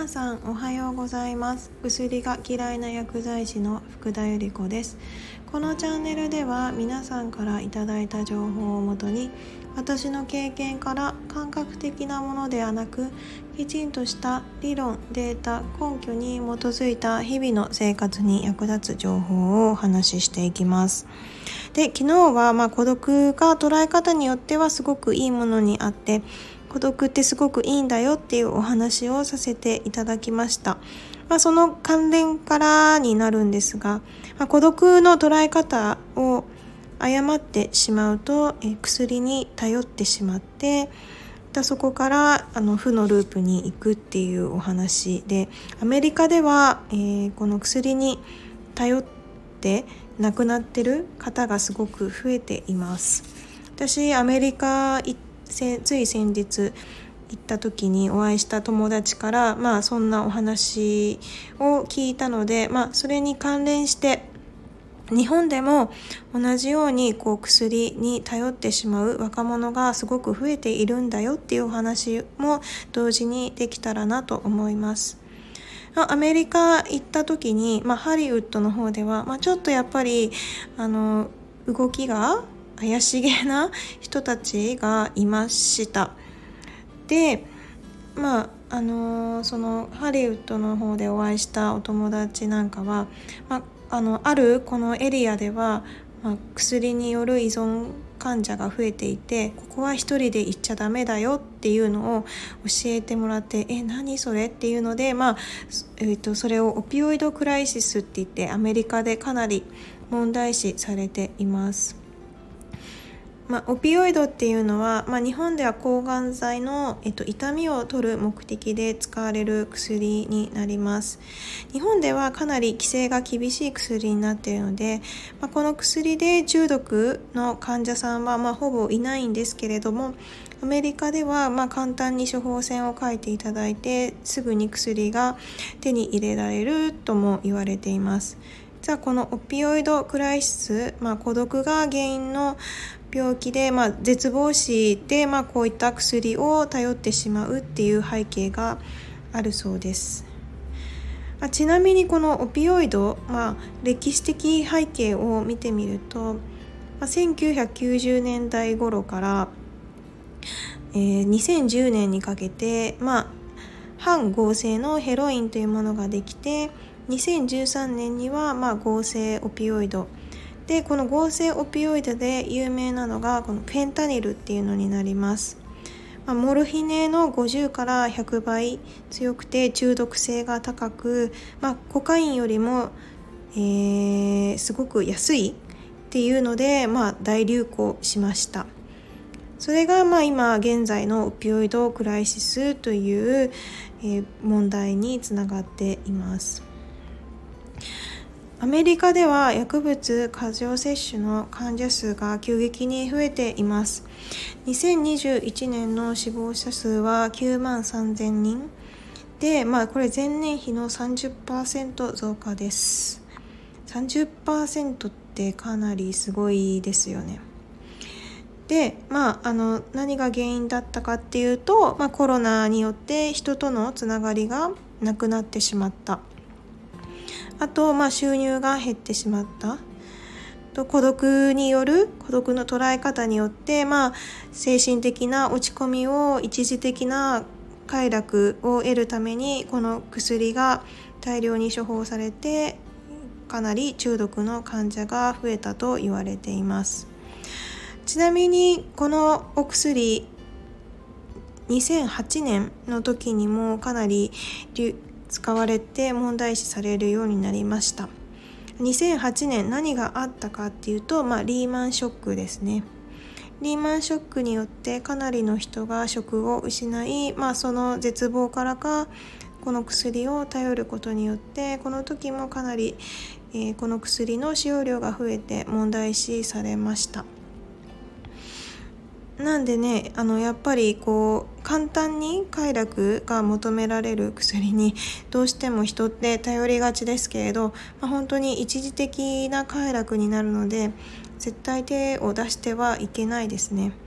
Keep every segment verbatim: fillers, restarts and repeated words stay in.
皆さんおはようございます。薬が嫌いな薬剤師の福田由里子です。このチャンネルでは皆さんからいただいた情報をもとに、私の経験から感覚的なものではなく、きちんとした理論、データ、根拠に基づいた日々の生活に役立つ情報をお話ししていきます。で、昨日はまあ孤独が捉え方によってはすごくいいものにあって、孤独ってすごくいいんだよっていうお話をさせていただきました。まあ、その関連からになるんですが、まあ、孤独の捉え方を誤ってしまうと、え薬に頼ってしまって、そこからあの負のループに行くっていうお話で、アメリカでは、えー、この薬に頼って亡くなってる方がすごく増えています。私アメリカ行ってつい先日行った時にお会いした友達から、まあ、そんなお話を聞いたので、まあ、それに関連して日本でも同じようにこう薬に頼ってしまう若者がすごく増えているんだよっていうお話も同時にできたらなと思います。アメリカ行った時に、まあ、ハリウッドの方では、まあ、ちょっとやっぱりあの動きが怪しげな人たちがいました。で、まああのそのハリウッドの方でお会いしたお友達なんかは、まあ、あのあるこのエリアでは、まあ、薬による依存患者が増えていて、ここは一人で行っちゃダメだよっていうのを教えてもらって、え何それっていうので、まあえーと、それをオピオイドクライシスって言ってアメリカでかなり問題視されています。まあ、オピオイドっていうのは、まあ、日本では抗がん剤の、えっと、痛みを取る目的で使われる薬になります。日本ではかなり規制が厳しい薬になっているので、まあ、この薬で中毒の患者さんは、まあ、ほぼいないんですけれども、アメリカでは、まあ、簡単に処方箋を書いていただいてすぐに薬が手に入れられるとも言われています。じゃあこのオピオイドクライシス、まあ、孤独が原因の病気で、まあ、絶望死で、まあ、こういった薬を頼ってしまうっていう背景があるそうです。まあ、ちなみにこのオピオイド、まあ、歴史的背景を見てみると、まあ、せんきゅうひゃくきゅうじゅうねんだい頃から、えー、にせんじゅうねんにかけて、まあ、反合成のヘロインというものができて、にせんじゅうさんねんには、まあ、合成オピオイドで、この合成オピオイドで有名なのがこのフェンタニルっていうのになります。まあ、モルヒネのごじゅうからひゃくばい強くて中毒性が高く、まあ、コカインよりも、えー、すごく安いっていうので、まあ、大流行しました。それがまあ今現在のオピオイドクライシスという、えー、問題につながっています。アメリカでは薬物過剰摂取の患者数が急激に増えています。にせんにじゅういちねんの死亡者数はきゅうまんさんぜんにんで、まあこれ前年比の さんじゅっパーセント 増加です。さんじゅっパーセント ってかなりすごいですよね。で、まあ、あの何が原因だったかっていうと、まあ、コロナによって人とのつながりがなくなってしまった。あと、まあ、収入が減ってしまった。と孤独による孤独の捉え方によって、まあ、精神的な落ち込みを一時的な快楽を得るためにこの薬が大量に処方されて、かなり中毒の患者が増えたと言われています。ちなみにこのお薬にせんはちねんの時にもかなり使われて問題視されるようになりました。にせんはちねん何があったかっていうと、まあ、リーマンショックですね。リーマンショックによってかなりの人が職を失い、まあ、その絶望からかこの薬を頼ることによって、この時もかなり、えー、この薬の使用量が増えて問題視されました。なんでね、あのやっぱりこう簡単に快楽が求められる薬にどうしても人って頼りがちですけれど、まあ、本当に一時的な快楽になるので絶対手を出してはいけないですね。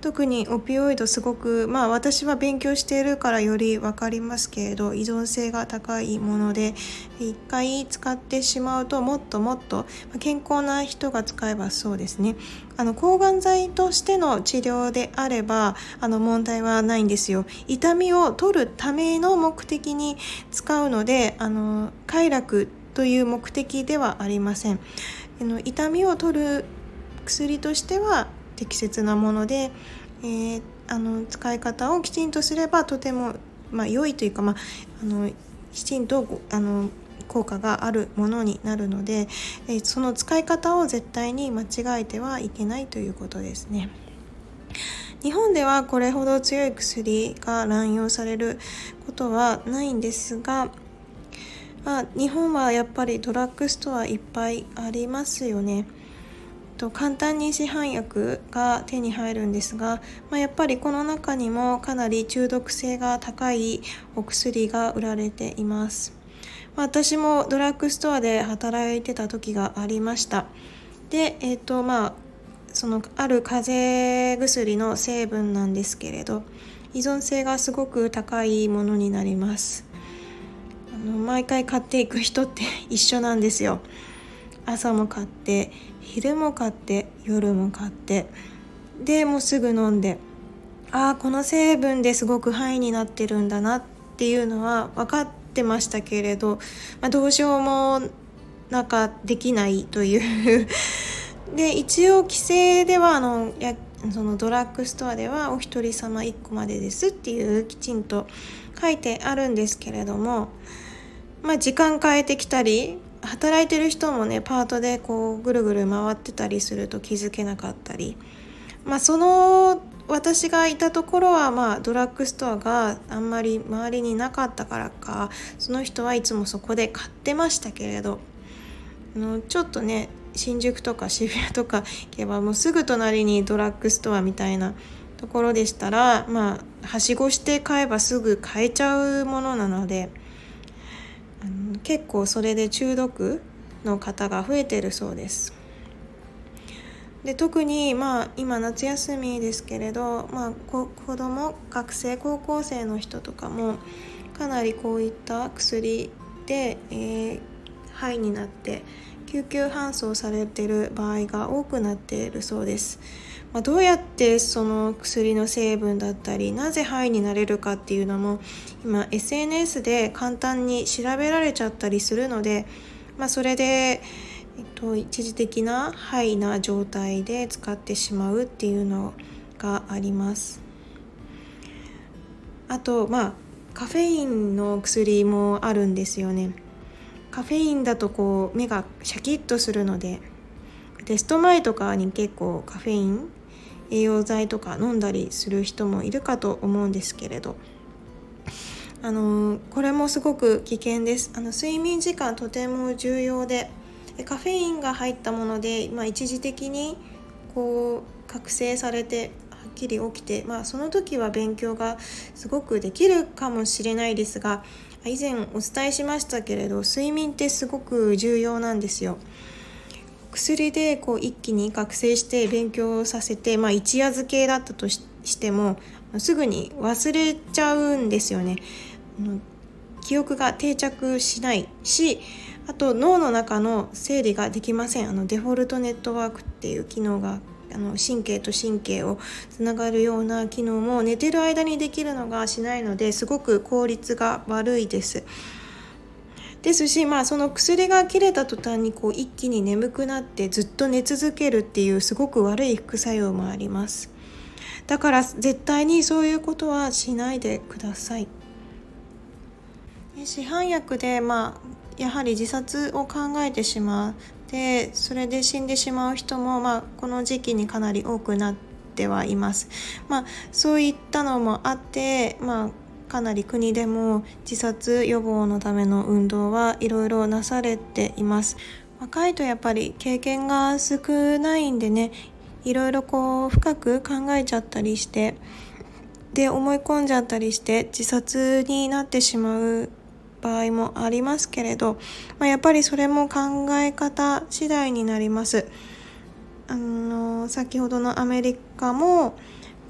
特にオピオイドすごく、まあ私は勉強しているからより分かりますけれど、依存性が高いもので、一回使ってしまうともっともっと健康な人が使えばそうですね、あの抗がん剤としての治療であればあの問題はないんですよ。痛みを取るための目的に使うので、あの快楽という目的ではありません。あの痛みを取る薬としては適切なもので、えー、あの使い方をきちんとすればとても、まあ、良いというか、まあ、あのきちんとあの効果があるものになるので、えー、その使い方を絶対に間違えてはいけないということですね。日本ではこれほど強い薬が乱用されることはないんですが、まあ、日本はやっぱりドラッグストアいっぱいありますよね。と簡単に市販薬が手に入るんですが、まあ、やっぱりこの中にもかなり中毒性が高いお薬が売られています。まあ、私もドラッグストアで働いてた時がありました。で、えーとまあ、そのある風邪薬の成分なんですけれど、依存性がすごく高いものになります。あの毎回買っていく人って一緒なんですよ。朝も買って、昼も買って、夜も買って、でもうすぐ飲んで、ああこの成分ですごくハイになってるんだなっていうのは分かってましたけれど、まあ、どうしようもなんかできないというで、一応規制ではあのやそのドラッグストアではお一人様いっこまでですっていうきちんと書いてあるんですけれども、まあ、時間変えてきたり、働いてる人もねパートでこうぐるぐる回ってたりすると気づけなかったり、まあ、その私がいたところは、まあ、ドラッグストアがあんまり周りになかったからか、その人はいつもそこで買ってましたけれど、あのちょっとね新宿とか渋谷とか行けばもうすぐ隣にドラッグストアみたいなところでしたら、まあはしごして買えばすぐ買えちゃうものなので、あの結構それで中毒の方が増えているそうです。で特に、まあ、今夏休みですけれど、まあ、子供学生高校生の人とかもかなりこういった薬で、えー、ハイになって救急搬送されている場合が多くなっているそうです。まあ、どうやってその薬の成分だったりなぜハイになれるかっていうのも今 エスエヌエス で簡単に調べられちゃったりするので、まあ、それでえっと、一時的なハイな状態で使ってしまうっていうのがあります。あと、まあ、カフェインの薬もあるんですよね。カフェインだとこう目がシャキッとするので、テスト前とかに結構カフェイン栄養剤とか飲んだりする人もいるかと思うんですけれど、あのこれもすごく危険です。あの睡眠時間とても重要で、カフェインが入ったもので、まあ、一時的にこう覚醒されてはっきり起きて、まあ、その時は勉強がすごくできるかもしれないですが、以前お伝えしましたけれど睡眠ってすごく重要なんですよ。薬でこう一気に覚醒して勉強させて、まあ、一夜漬けだったと し, してもすぐに忘れちゃうんですよね。記憶が定着しないし、あと脳の中の整理ができません。あのデフォルトネットワークっていう機能が、あの神経と神経をつながるような機能も寝てる間にできるのがしないので、すごく効率が悪いですですし、まあ、その薬が切れた途端にこう一気に眠くなってずっと寝続けるっていうすごく悪い副作用もあります。だから絶対にそういうことはしないでください。市販薬で、まあやはり自殺を考えてしまってそれで死んでしまう人も、まあ、この時期にかなり多くなってはいます。まあ、そういったのもあって、まあ、かなり国でも自殺予防のための運動はいろいろなされています。若いとやっぱり経験が少ないんでね、いろいろこう深く考えちゃったりしてで思い込んじゃったりして自殺になってしまう場合もありますけれど、まあ、やっぱりそれも考え方次第になります。あの先ほどのアメリカも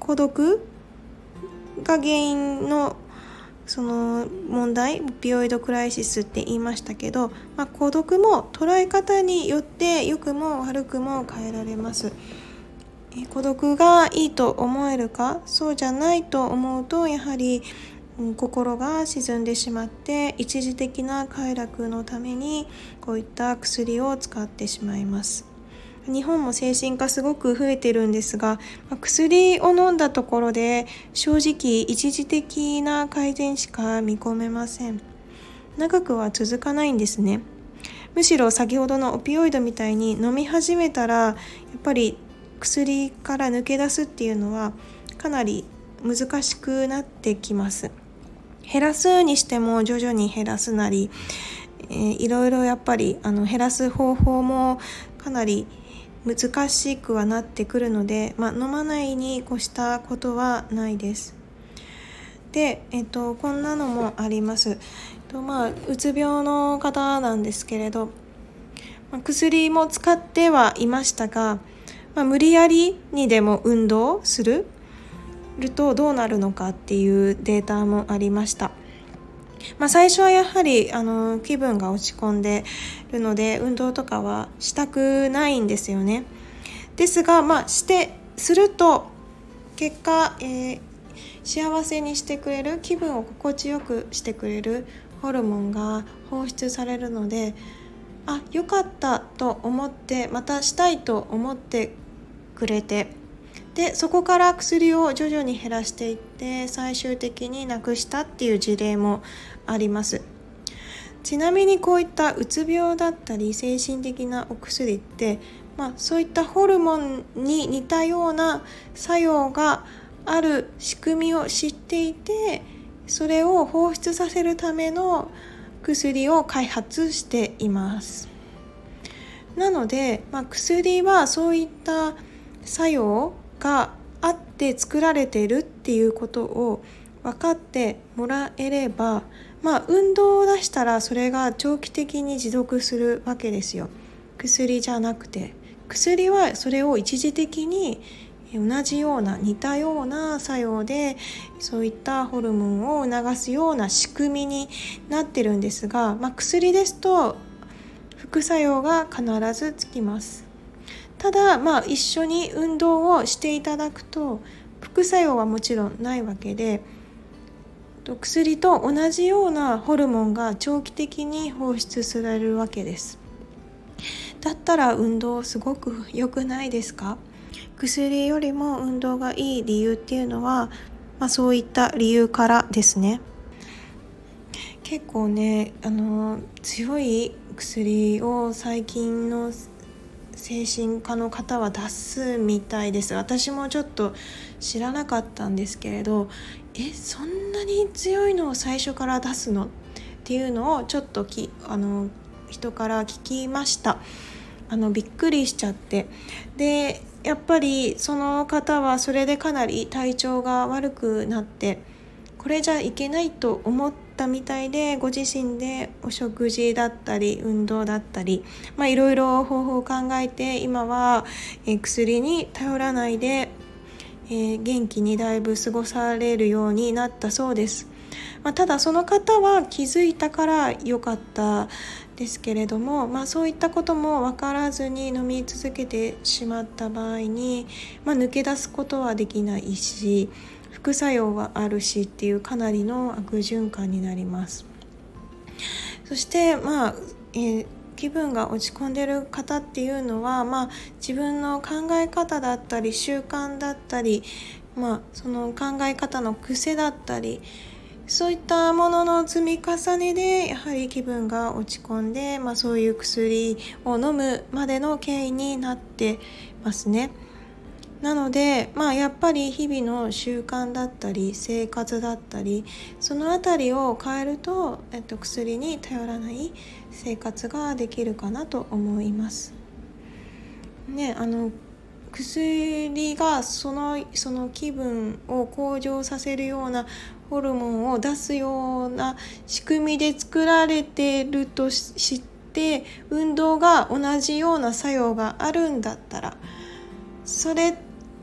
孤独が原因のその問題、オピオイドクライシスって言いましたけど、まあ、孤独も捉え方によって良くも悪くも変えられます。え孤独がいいと思えるか、そうじゃないと思うと、やはり、うん、心が沈んでしまって一時的な快楽のためにこういった薬を使ってしまいます。日本も精神科すごく増えてるんですが、薬を飲んだところで正直一時的な改善しか見込めません。長くは続かないんですね。むしろ先ほどのオピオイドみたいに飲み始めたらやっぱり薬から抜け出すっていうのはかなり難しくなってきます。減らすにしても徐々に減らすなり、えー、いろいろやっぱりあの減らす方法もかなり難しくはなってくるので、まあ、飲まないに越したことはないです。で、えっと、こんなのもあります。えっとまあ、うつ病の方なんですけれど、まあ、薬も使ってはいましたが、まあ、無理やりにでも運動するとどうなるのかっていうデータもありました。まあ、最初はやはりあの気分が落ち込んでいるので運動とかはしたくないんですよね。ですが、まあ、してすると結果、えー、幸せにしてくれる、気分を心地よくしてくれるホルモンが放出されるので、あ、よかったと思ってまたしたいと思ってくれて、でそこから薬を徐々に減らしていって最終的になくしたっていう事例もあります。ちなみにこういったうつ病だったり精神的なお薬って、まあ、そういったホルモンに似たような作用がある仕組みを知っていて、それを放出させるための薬を開発しています。なので、まあ、薬はそういった作用があって作られているっていうことを分かってもらえれば、まあ、運動を出したらそれが長期的に持続するわけですよ。薬じゃなくて、薬はそれを一時的に同じような似たような作用でそういったホルモンを促すような仕組みになってるんですが、まあ、薬ですと副作用が必ずつきます。ただ、まあ、一緒に運動をしていただくと副作用はもちろんないわけで、薬と同じようなホルモンが長期的に放出されるわけです。だったら運動すごく良くないですか？薬よりも運動がいい理由っていうのは、まあ、そういった理由からですね。結構ね、あの強い薬を最近の精神科の方は出すみたいです。私もちょっと知らなかったんですけれど、えそんなに強いのを最初から出すのっていうのをちょっときあの人から聞きました。あのびっくりしちゃって、でやっぱりその方はそれでかなり体調が悪くなって、これじゃいけないと思ったみたいで、ご自身でお食事だったり運動だったり、まあ、いろいろ方法を考えて今は、えー、薬に頼らないで、えー、元気にだいぶ過ごされるようになったそうです。まあ、ただその方は気づいたから良かったですけれども、まあ、そういったことも分からずに飲み続けてしまった場合に、まあ、抜け出すことはできないし副作用はあるしっていうかなりの悪循環になります。そして、まあえー、気分が落ち込んでる方っていうのは、まあ、自分の考え方だったり習慣だったり、まあ、その考え方の癖だったりそういったものの積み重ねでやはり気分が落ち込んで、まあ、そういう薬を飲むまでの経緯になってますね。なので、まあ、やっぱり日々の習慣だったり生活だったりそのあたりを変えると、えっと、薬に頼らない生活ができるかなと思います。ね、あの薬がその、その気分を向上させるようなホルモンを出すような仕組みで作られていると知って運動が同じような作用があるんだったらそれ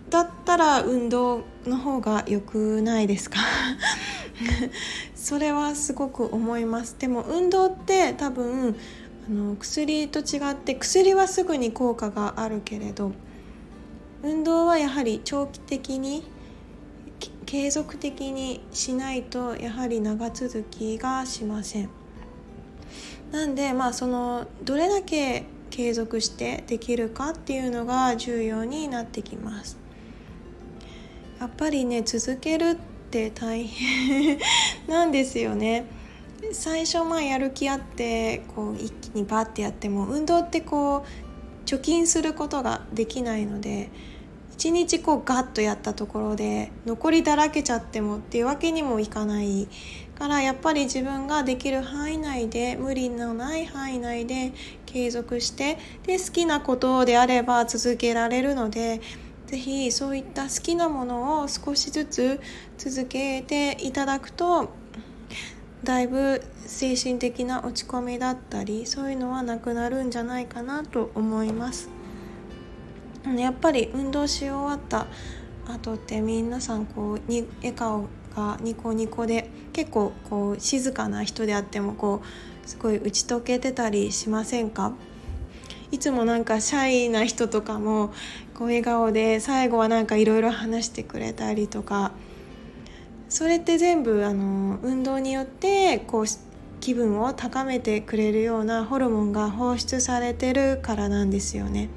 だったら運動の方が良くないですかそれはすごく思います。でも運動って多分あの薬と違って、薬はすぐに効果があるけれど、運動はやはり長期的に継続的にしないとやはり長続きがしません。なんでまあそのどれだけ継続してできるかっていうのが重要になってきます。やっぱりね、続けるって大変なんですよね。最初まあやる気あってこう一気にバッてやっても、運動ってこう貯金することができないので、一日こうガッとやったところで残りだらけちゃってもっていうわけにもいかないから、やっぱり自分ができる範囲内で、無理のない範囲内で継続して、で好きなことであれば続けられるので、ぜひそういった好きなものを少しずつ続けていただくと、だいぶ精神的な落ち込みだったりそういうのはなくなるんじゃないかなと思います。やっぱり運動し終わった後って皆さんこうに笑顔がニコニコで、結構こう静かな人であってもこうすごい打ち解けてたりしませんか？いつもなんかシャイな人とかもこう笑顔で最後はなんかいろいろ話してくれたりとか、それって全部あの運動によってこう気分を高めてくれるようなホルモンが放出されてるからなんですよね。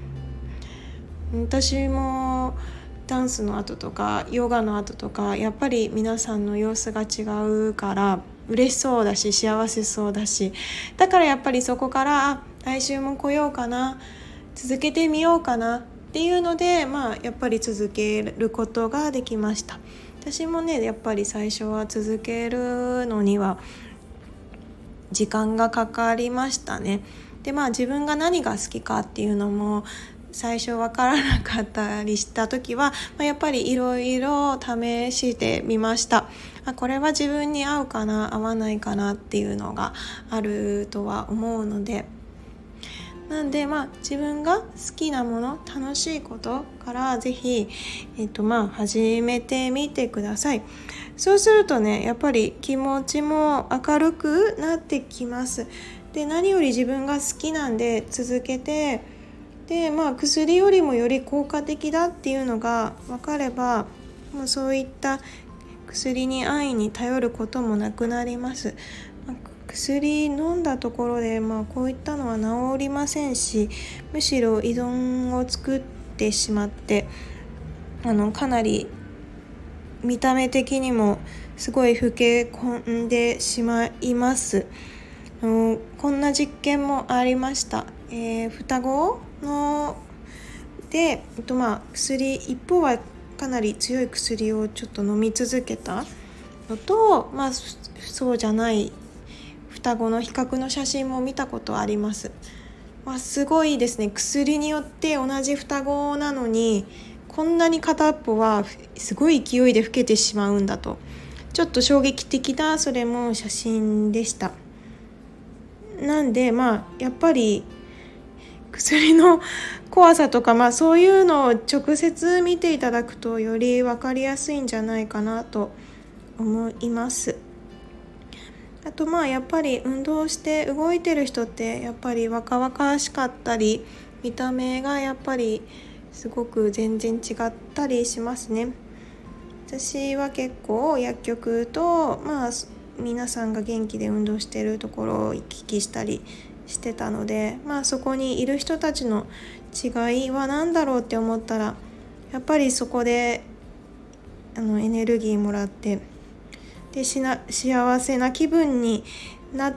私もダンスの後とかヨガの後とか、やっぱり皆さんの様子が違うから嬉しそうだし幸せそうだし、だからやっぱりそこからあ来週も来ようかな、続けてみようかなっていうので、まあやっぱり続けることができました。私もねやっぱり最初は続けるのには時間がかかりましたね。でまあ自分が何が好きかっていうのも最初分からなかったりした時は、まあ、やっぱりいろいろ試してみました。あこれは自分に合うかな合わないかなっていうのがあるとは思うので、なんでまあ自分が好きなもの、楽しいことからぜひ、えっとまあ始めてみてください。そうするとねやっぱり気持ちも明るくなってきます。で何より自分が好きなんで続けて、でまあ薬よりもより効果的だっていうのが分かれば、もうそういった薬に安易に頼ることもなくなります。薬飲んだところで、まあ、こういったのは治りませんし、むしろ依存を作ってしまってあのかなり見た目的にもすごい老け込んでしまいます。あのこんな実験もありました。えー、双子ので、えっとまあ、薬一方はかなり強い薬をちょっと飲み続けたのと、まあ、そうじゃない双子の比較の写真も見たことあります。まあ、すごいですね。薬によって同じ双子なのにこんなに片っぽはすごい勢いで老けてしまうんだと、ちょっと衝撃的なそれも写真でした。なんでまあやっぱり薬の怖さとか、まあ、そういうのを直接見ていただくとより分かりやすいんじゃないかなと思います。あとまあやっぱり運動して動いてる人ってやっぱり若々しかったり、見た目がやっぱりすごく全然違ったりしますね。私は結構薬局と、まあ、皆さんが元気で運動しているところを行き来したりしてたので、まあ、そこにいる人たちの違いは何だろうって思ったら、やっぱりそこであのエネルギーもらってでしな幸せな気分になって、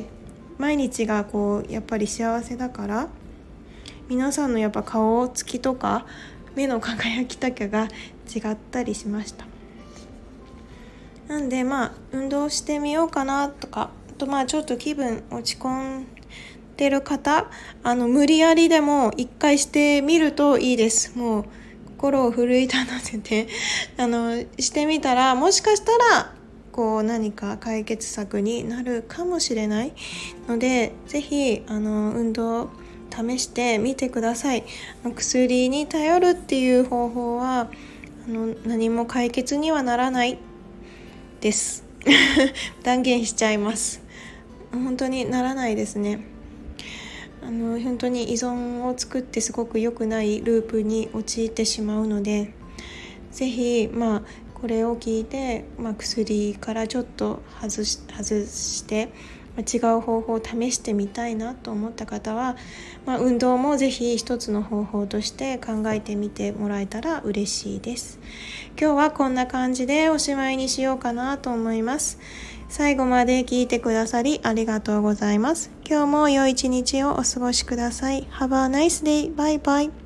毎日がこうやっぱり幸せだから、皆さんのやっぱ顔つきとか目の輝きとかが違ったりしました。なんでまあ運動してみようかなとか、あとまあちょっと気分落ち込んでる方、あの無理やりでも一回してみるといいです。もう心を奮い立たせてあのしてみたら、もしかしたらこう何か解決策になるかもしれないので、ぜひあの運動試してみてください。薬に頼るっていう方法はあの何も解決にはならないです断言しちゃいます。本当にならないですね。あの本当に依存を作ってすごく良くないループに陥ってしまうので、ぜひまあこれを聞いて、まあ、薬からちょっと外し、外して違う方法を試してみたいなと思った方は、まあ、運動もぜひ一つの方法として考えてみてもらえたら嬉しいです。今日はこんな感じでおしまいにしようかなと思います。最後まで聞いてくださりありがとうございます。今日も良い一日をお過ごしください。Have a nice day. Bye bye.